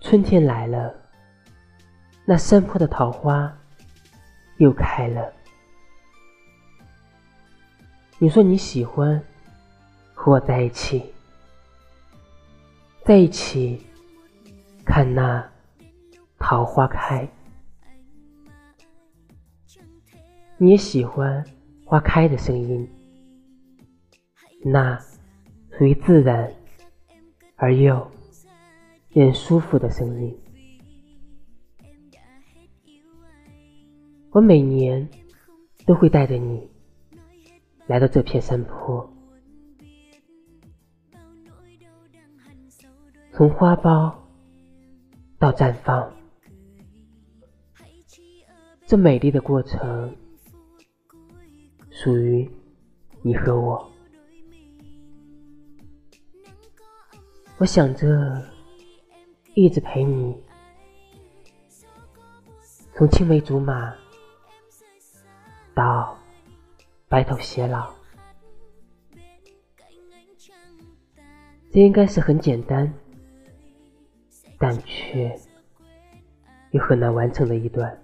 春天来了，那山坡的桃花又开了。你说你喜欢和我在一起，在一起看那桃花开。你也喜欢花开的声音，那属于自然而又令人舒服的声音。我每年都会带着你来到这片山坡，从花苞到绽放，这美丽的过程属于你和我。我想着一直陪你，从青梅竹马到白头偕老。这应该是很简单，但却又很难完成的一段。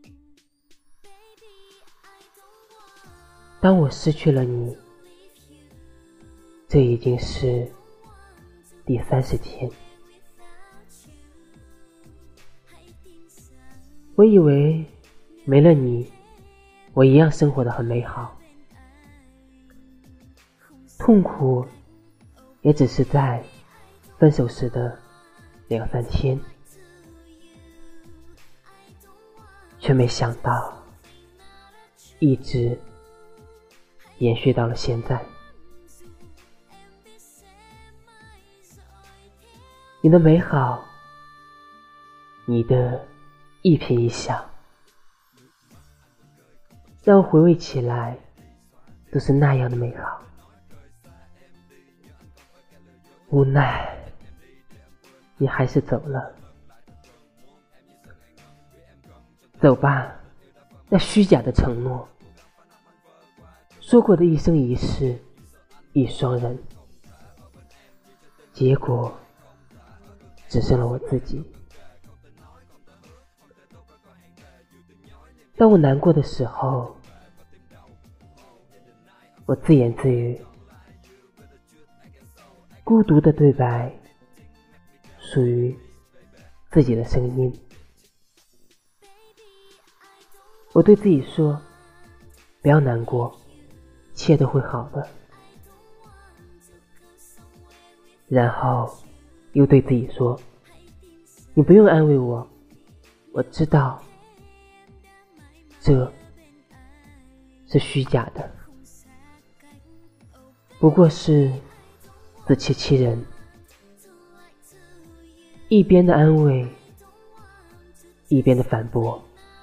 当我失去了你，这已经是第30天。我以为没了你，我一样生活得很美好，痛苦也只是在分手时的2、3天，却没想到一直延续到了现在。你的美好，你的一颦一笑，让我回味起来都是那样的美好。无奈你还是走了，走吧，那虚假的承诺，说过的一生一世一双人，结果只剩了我自己。当我难过的时候，我自言自语，孤独的对白属于自己的声音。我对自己说，不要难过，一切都会好的。然后又对自己说，你不用安慰我，我知道这是虚假的，不过是自欺欺人。一边的安慰，一边的反驳，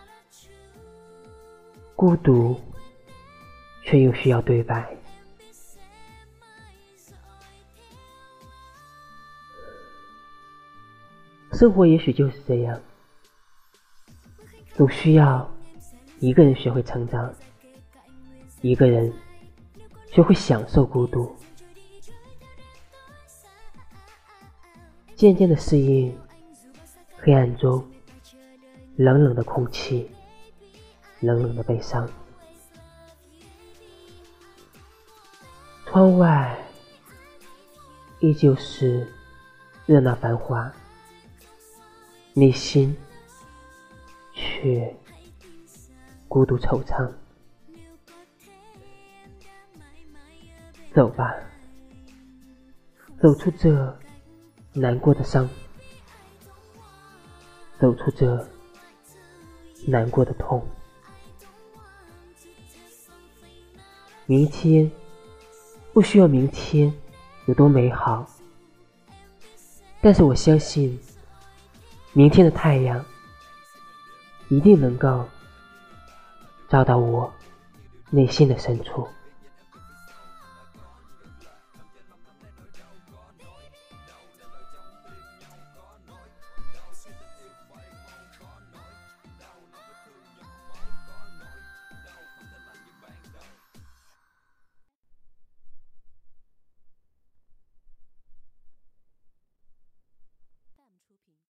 孤独却又需要对白。生活也许就是这样，总需要一个人学会成长，一个人学会享受孤独，渐渐的适应黑暗中冷冷的空气，冷冷的悲伤。窗外依旧是热闹繁华，内心却孤独惆怅。走吧，走出这难过的伤，走出这难过的痛。明天不需要明天有多美好，但是我相信明天的太阳一定能够照到我内心的深处。